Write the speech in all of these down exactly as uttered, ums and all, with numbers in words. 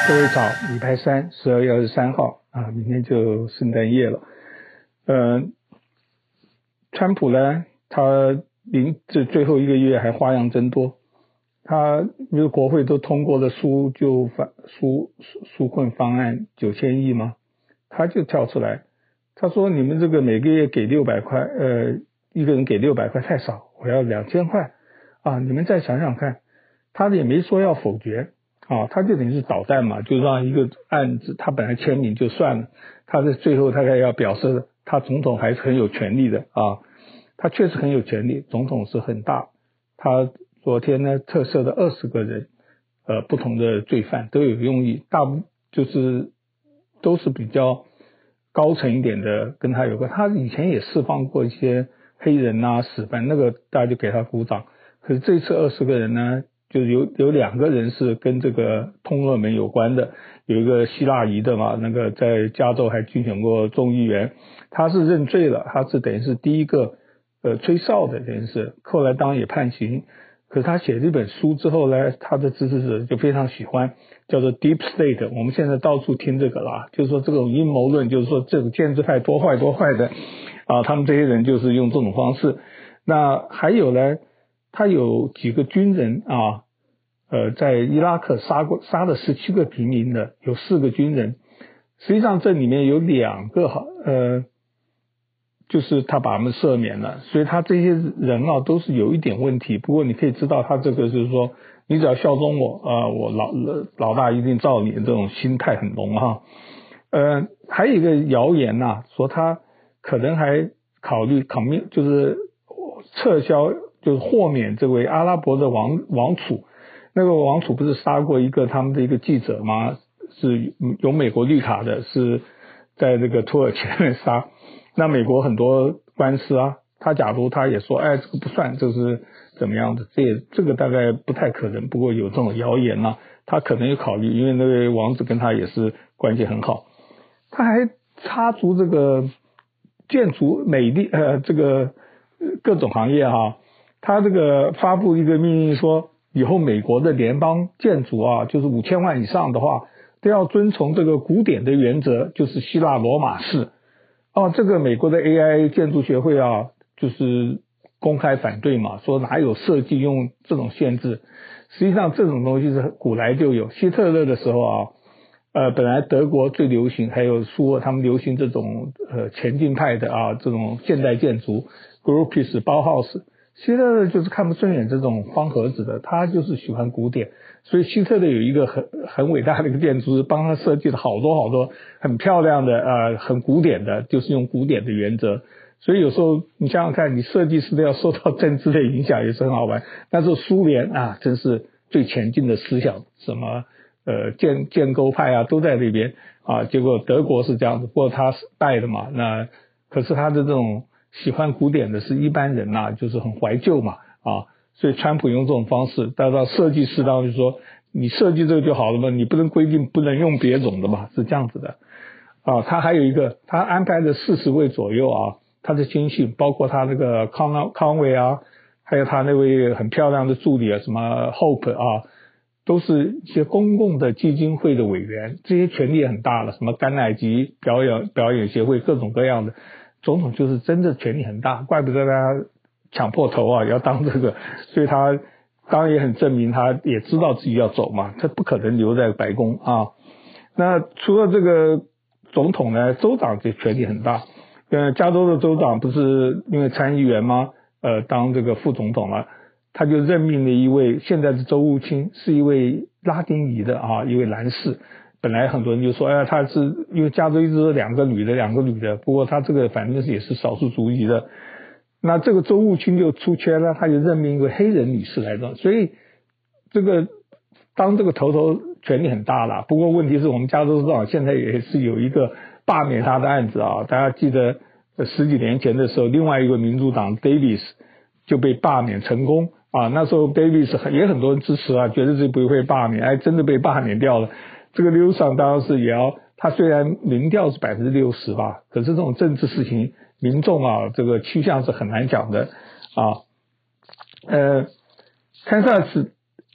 各位早，礼拜三，十二月二十三号啊，明天就圣诞夜了。呃，川普呢，他临这最后一个月还花样真多。他因为国会都通过了纾救方纾纾困方案九千亿嘛，他就跳出来，他说你们这个每个月给六百块，呃，一个人给六百块太少，我要两千块啊，你们再想想看。他也没说要否决。啊，他就等于是捣蛋嘛，就让一个案子他本来签名就算了，他在最后大概要表示他总统还是很有权力的啊，他确实很有权力，总统是很大。他昨天呢特赦的二十个人，呃，不同的罪犯都有用意，大就是都是比较高层一点的跟他有关。他以前也释放过一些黑人啊、死犯，那个大家就给他鼓掌。可是这次二十个人呢？就是有有两个人是跟这个通俄门有关的，有一个希腊裔的嘛，那个在加州还竞选过众议员，他是认罪了，他是等于是第一个呃吹哨的，等于是后来当然也判刑，可是他写这本书之后呢，他的支持者就非常喜欢，叫做 Deep State， 我们现在到处听这个啦，就是说这种阴谋论，就是说这个建制派多坏多坏的啊，他们这些人就是用这种方式。那还有呢？他有几个军人啊，呃，在伊拉克杀过杀了十七个平民的，有四个军人。实际上这里面有两个好，呃，就是他把他们赦免了，所以他这些人啊都是有一点问题。不过你可以知道，他这个就是说，你只要效忠我，呃，我老老大一定罩你，这种心态很浓哈。呃，还有一个谣言呐、啊，说他可能还考虑 commit， 就是撤销。就是豁免这位阿拉伯的王王储，那个王储不是杀过一个他们的一个记者吗？是有美国绿卡的，是在这个土耳其那边杀。那美国很多官司啊，他假如他也说，哎，这个不算，这是怎么样的？这也这个大概不太可能。不过有这种谣言啊，他可能有考虑，因为那位王子跟他也是关系很好。他还插足这个建筑美丽呃这个各种行业哈、啊。他这个发布一个命令说，以后美国的联邦建筑啊，就是五千万以上的话，都要遵从这个古典的原则，就是希腊罗马式。哦，这个美国的 A I 建筑协会啊，就是公开反对嘛，说哪有设计用这种限制？实际上这种东西是古来就有，希特勒的时候啊，呃，本来德国最流行，还有苏俄他们流行这种呃前进派的啊，这种现代建筑 ，Gropius、包豪斯。希特勒就是看不顺眼这种方盒子的，他就是喜欢古典，所以希特勒有一个很很伟大的一个建筑师，帮他设计了好多好多很漂亮的呃很古典的，就是用古典的原则。所以有时候你想想看，你设计师都要受到政治的影响，也是很好玩。但是苏联啊，真是最前进的思想，什么呃建建构派啊都在那边啊。结果德国是这样子，不过他是带的嘛，那可是他的这种。喜欢古典的是一般人呐、啊，就是很怀旧嘛啊，所以川普用这种方式，但到设计师当中就说，你设计这个就好了嘛，你不能规定不能用别种的嘛，是这样子的啊。他还有一个，他安排了四十位左右啊，他的亲信，包括他那个康康威啊，还有他那位很漂亮的助理啊，什么 Hope 啊，都是一些公共的基金会的委员，这些权力也很大了，什么甘乃吉表演表演协会，各种各样的。总统就是真的权力很大，怪不得他抢破头啊，要当这个，所以他当然也很证明他也知道自己要走嘛，他不可能留在白宫啊。那除了这个总统呢，州长这权力很大，呃，加州的州长不是因为参议员吗？呃，当这个副总统了，他就任命了一位现在的州务卿，是一位拉丁裔的啊，一位男士。本来很多人就说，哎呀，他是因为加州一直是两个女的，两个女的，不过他这个反正也是少数族裔的。那这个州务卿就出缺了，他就任命一个黑人女士来当，所以这个当这个头头权力很大了。不过问题是我们加州州长现在也是有一个罢免他的案子啊，大家记得十几年前的时候，另外一个民主党 Davis 就被罢免成功啊，那时候 Davis 也很多人支持啊，觉得这不会罢免，哎，真的被罢免掉了。这个刘桑当然是也要，他虽然民调是百分之六十吧，可是这种政治事情，民众啊，这个趋向是很难讲的啊。呃，堪萨斯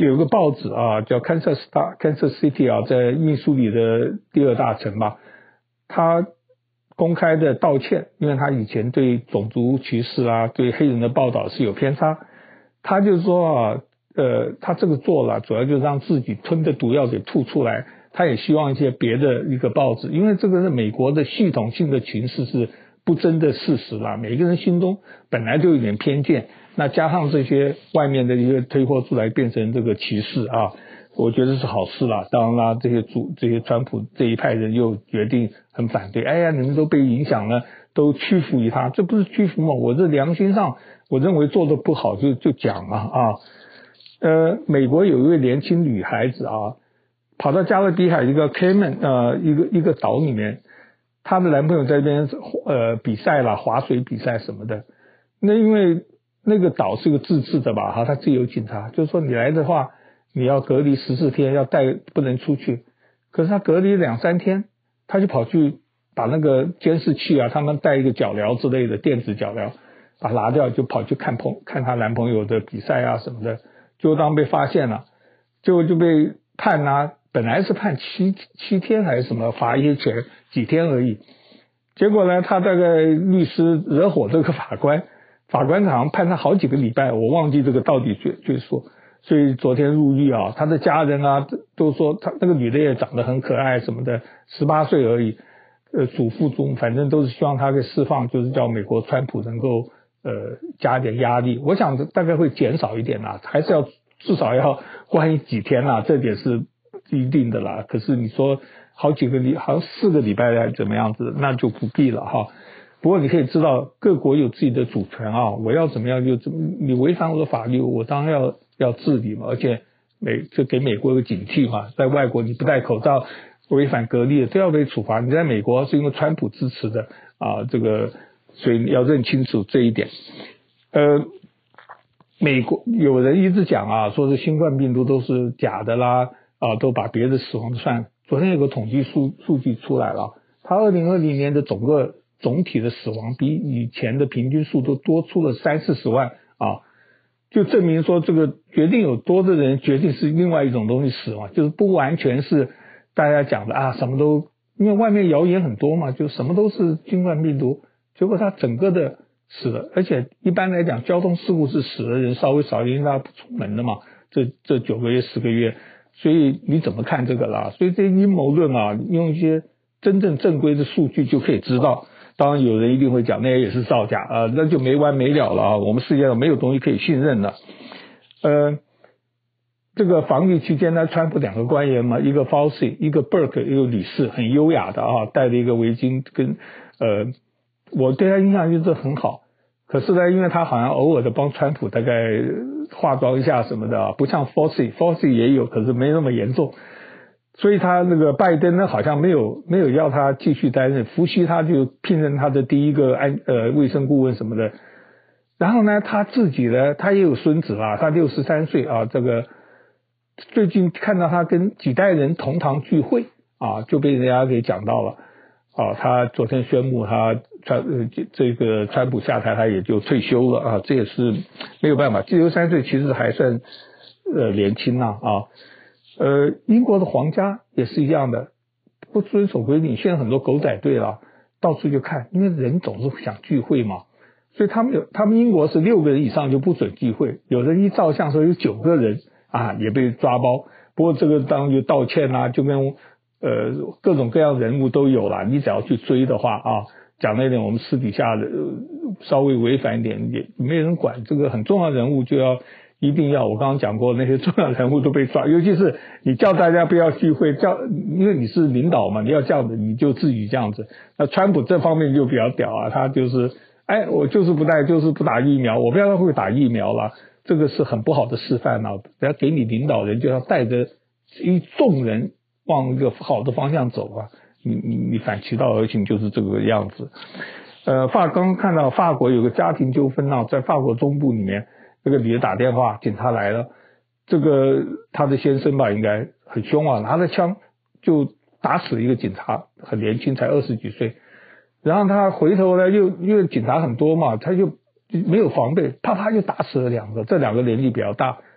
有个报纸啊，叫 Kansas Star Kansas City 啊，在密苏里的第二大城吧，他公开的道歉，因为他以前对种族歧视啊，对黑人的报道是有偏差。他就说啊，呃，他这个做了，主要就是让自己吞的毒药给吐出来。他也希望一些别的一个报纸，因为这个是美国的系统性的情势是不争的事实啦，每个人心中本来就有点偏见，那加上这些外面的一些推波出来，变成这个歧视啊，我觉得是好事啦。当然啦，这些主这些川普这一派人又决定很反对，哎呀，你们都被影响了，都屈服于他，这不是屈服吗？我这良心上我认为做的不好就就讲嘛啊。呃，美国有一位年轻女孩子啊，跑到加勒比海一个 Cayman 呃一个一个岛里面，她的男朋友在那边呃比赛啦，划水比赛什么的。那因为那个岛是个自治的吧，哈，他自己有警察，就是说你来的话，你要隔离十四天，要带不能出去。可是他隔离两三天，他就跑去把那个监视器啊，他们带一个脚镣之类的电子脚镣，把它拿掉，就跑去看朋看她男朋友的比赛啊什么的。就当被发现了，就就被判啊，本来是判七七天还是什么，罚一些钱，几天而已。结果呢，他大概律师惹火这个法官，法官好像判他好几个礼拜，我忘记这个到底追追诉。所以昨天入狱啊，他的家人啊都说他那个女的也长得很可爱什么的，十八岁而已，呃，祖父祖母反正都是希望他给释放，就是叫美国川普能够呃加点压力。我想大概会减少一点啦，还是要至少要关几天啦，这点是一定的啦。可是你说好几个礼，好像四个礼拜还怎么样子，那就不必了哈。不过你可以知道，各国有自己的主权啊，我要怎么样就怎么，你违反我的法律，我当然要要治理嘛，而且美就给美国一个警惕嘛，在外国你不戴口罩，违反隔离都要被处罚。你在美国是因为川普支持的啊，这个所以你要认清楚这一点。呃，美国有人一直讲啊，说是新冠病毒都是假的啦，啊，都把别的死亡算。昨天有个统计数数据出来了，他二零二零年的整个总体的死亡比以前的平均数都多出了三四十万啊，就证明说这个决定有多的人决定是另外一种东西死亡，就是不完全是大家讲的啊，什么都因为外面谣言很多嘛，就什么都是新冠病毒，结果它整个的死了，而且一般来讲交通事故是死的人稍微少，因为他不出门的嘛，这这九个月十个月，所以你怎么看这个啦？所以这阴谋论啊，用一些真正正规的数据就可以知道。当然有人一定会讲那也是造假啊、呃，那就没完没了了啊！我们世界上没有东西可以信任了。呃，这个防疫期间呢，川普两个官员嘛，一个 Fauci， 一个 Burke， 一个女士，很优雅的啊，戴了一个围巾，跟呃，我对他印象就是很好。可是呢，因为他好像偶尔的帮川普大概化妆一下什么的啊，不像 Fauci，Fauci 也有，可是没那么严重。所以他那个拜登呢，好像没有没有要他继续担任，福西他就聘任他的第一个安呃卫生顾问什么的。然后呢，他自己呢，他也有孙子啦，他六十三岁啊，这个最近看到他跟几代人同堂聚会啊，就被人家给讲到了啊。他昨天宣布他川呃这个川普下台，他也就退休了啊，这也是没有办法，六十三岁其实还算呃年轻呐啊。呃，英国的皇家也是一样的，不遵守规定。现在很多狗仔队啦，到处就看，因为人总是想聚会嘛，所以他们有，他们英国是六个人以上就不准聚会。有人一照相说有九个人啊，也被抓包。不过这个当然就道歉啦、啊，就跟呃各种各样人物都有啦。你只要去追的话啊，讲那点我们私底下的、呃、稍微违反一点也没人管。这个很重要的人物就要。一定要，我刚刚讲过，那些重要人物都被抓，尤其是你叫大家不要聚会，叫因为你是领导嘛，你要这样子，你就自己这样子。那川普这方面就比较屌啊，他就是，哎，我就是不带，就是不打疫苗，我不知道他会打疫苗了，这个是很不好的示范啊。要给你领导人就要带着一众人往一个好的方向走啊，你你你反其道而行就是这个样子。呃，法刚刚看到法国有个家庭纠纷啊，在法国中部里面。这个女的打电话，警察来了，这个她的先生吧，应该很凶啊，拿着枪就打死了一个警察，很年轻，才二十几岁。然后他回头呢，又因为警察很多嘛，他就没有防备，啪啪就打死了两个，这两个年纪比较大，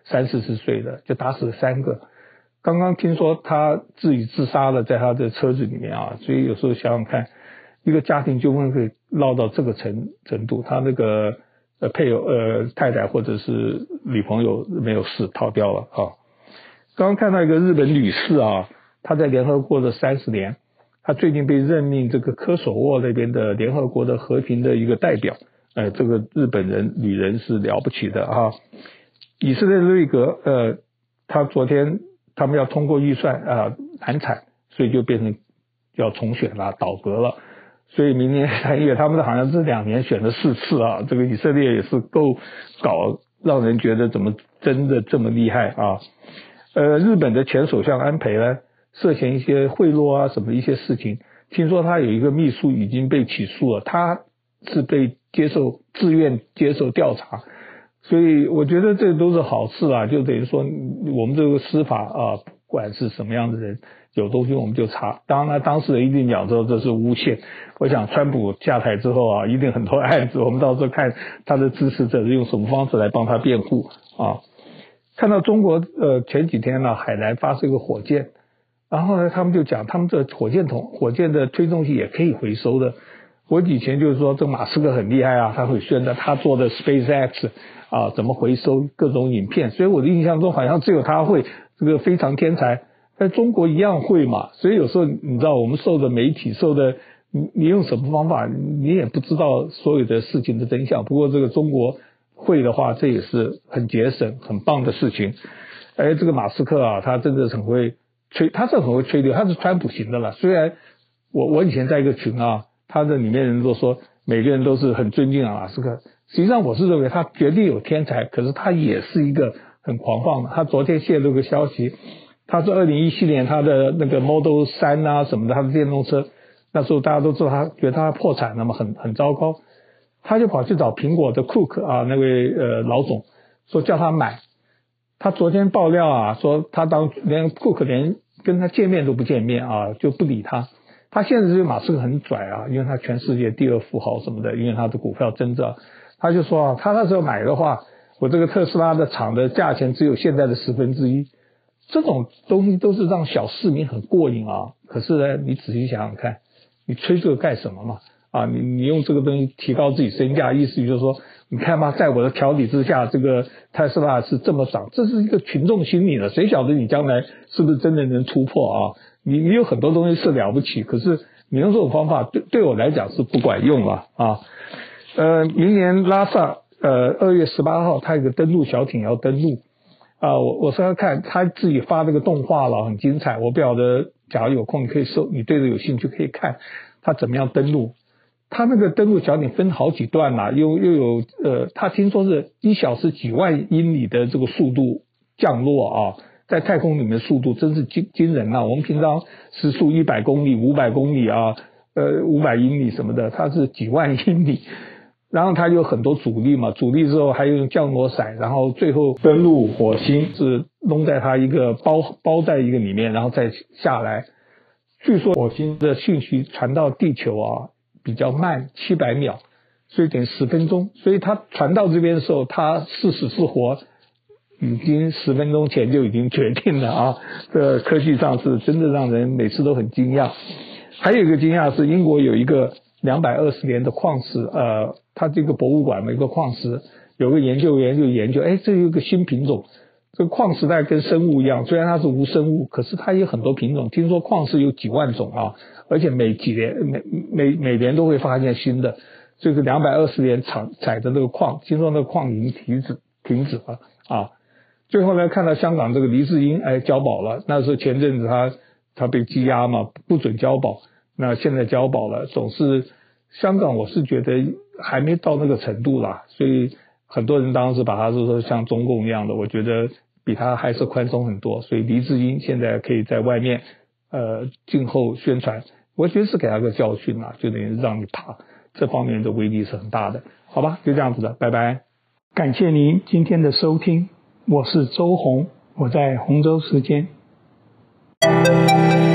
三四十岁的，就打死了三个。刚刚听说他自己自杀了，在他的车子里面啊，所以有时候想想看，一个家庭纠纷可以闹到这个程程度，他那个呃配偶呃太太或者是女朋友没有事逃掉了啊。刚刚看到一个日本女士啊，她在联合国的三十年，她最近被任命这个科索沃那边的联合国的和平的一个代表，呃，这个日本人女人是了不起的啊。以色列内阁呃，他昨天他们要通过预算啊，难产，所以就变成要重选了，倒阁了。所以明年三月，他们好像这两年选了四次啊，这个以色列也是够搞，让人觉得怎么真的这么厉害啊？呃，日本的前首相安倍呢，涉嫌一些贿赂啊什么一些事情，听说他有一个秘书已经被起诉了，他是被接受自愿接受调查。所以我觉得这都是好事啊，就等于说我们这个司法啊，不管是什么样的人，有东西我们就查。当然当事人一定讲说这是诬陷。我想川普下台之后啊，一定很多案子，我们到时候看他的支持者用什么方式来帮他辩护啊。看到中国呃前几天呢，海南发射一个火箭，然后呢他们就讲他们这火箭筒火箭的推动器也可以回收的。我以前就是说这马斯克很厉害啊，他会宣传他做的 SpaceX 啊怎么回收各种影片，所以我的印象中好像只有他会，这个非常天才，在中国一样会嘛。所以有时候你知道我们受的媒体受的你你用什么方法你也不知道所有的事情的真相，不过这个中国会的话这也是很节省很棒的事情。哎，这个马斯克啊他真的是很会吹，他是很会吹牛，他是川普型的了。虽然我我以前在一个群啊，他的里面人都说每个人都是很尊敬啊马斯克，实际上我是认为他绝对有天才，可是他也是一个很狂放的。他昨天泄露个消息，他说二零一七年他的那个 Model 三啊什么的，他的电动车，那时候大家都知道他觉得他破产了嘛，很很糟糕，他就跑去找苹果的 Cook 啊那位呃老总，说叫他买。他昨天爆料啊，说他当连 Cook 连跟他见面都不见面啊，就不理他。他现在这个马斯克很拽啊，因为他全世界第二富豪什么的，因为他的股票增长，他就说啊，他那时候买的话，我这个特斯拉的厂的价钱只有现在的十分之一。这种东西都是让小市民很过瘾啊。可是呢，你仔细想想看，你吹这个干什么嘛？啊，你你用这个东西提高自己身价，意思就是说，你看嘛，在我的调理之下，这个特斯拉是这么涨，这是一个群众心理了。谁晓得你将来是不是真的能突破啊？你你有很多东西是了不起，可是你用这种方法对对我来讲是不管用了啊。呃，明年拉萨呃二月十八号，他有个登陆小艇要登陆啊，我我是要看他自己发这个动画了，很精彩。我不晓得，假如有空你可以搜，你对这有兴趣可以看他怎么样登陆。他那个登陆小艇分好几段啦、啊，又又有呃，他听说是一小时几万英里的这个速度降落啊，在太空里面速度真是惊惊人啊！我们平常时速一百公里、五百公里啊，呃五百英里什么的，它是几万英里。然后它有很多阻力嘛，阻力之后还有降落伞，然后最后登陆火星是弄在它一个包包在一个里面，然后再下来。据说火星的讯息传到地球啊比较慢，七百秒，所以等于十分钟。所以它传到这边的时候，它是死是活，已经十分钟前就已经决定了啊！这科技上是真的让人每次都很惊讶。还有一个惊讶是英国有一个两百二十年的矿石，呃，它这个博物馆的一个矿石，有个研究员就研究，哎，这有一个新品种。这个矿石带跟生物一样，虽然它是无生物，可是它有很多品种。听说矿石有几万种啊，而且每几年每每每年都会发现新的。这个两百二十年采采的那个矿，听说那个矿已经停止停止了啊。最后呢，看到香港这个黎智英哎交保了，那时候前阵子他他被羁押嘛，不准交保，那现在交保了。总是香港我是觉得还没到那个程度啦，所以很多人当时把他说像中共一样的，我觉得比他还是宽松很多。所以黎智英现在可以在外面呃静候宣传，我觉得是给他个教训啦，就等于让你怕，这方面的威力是很大的。好吧，就这样子的，拜拜。感谢您今天的收听，我是周鸿，我在洪州时间。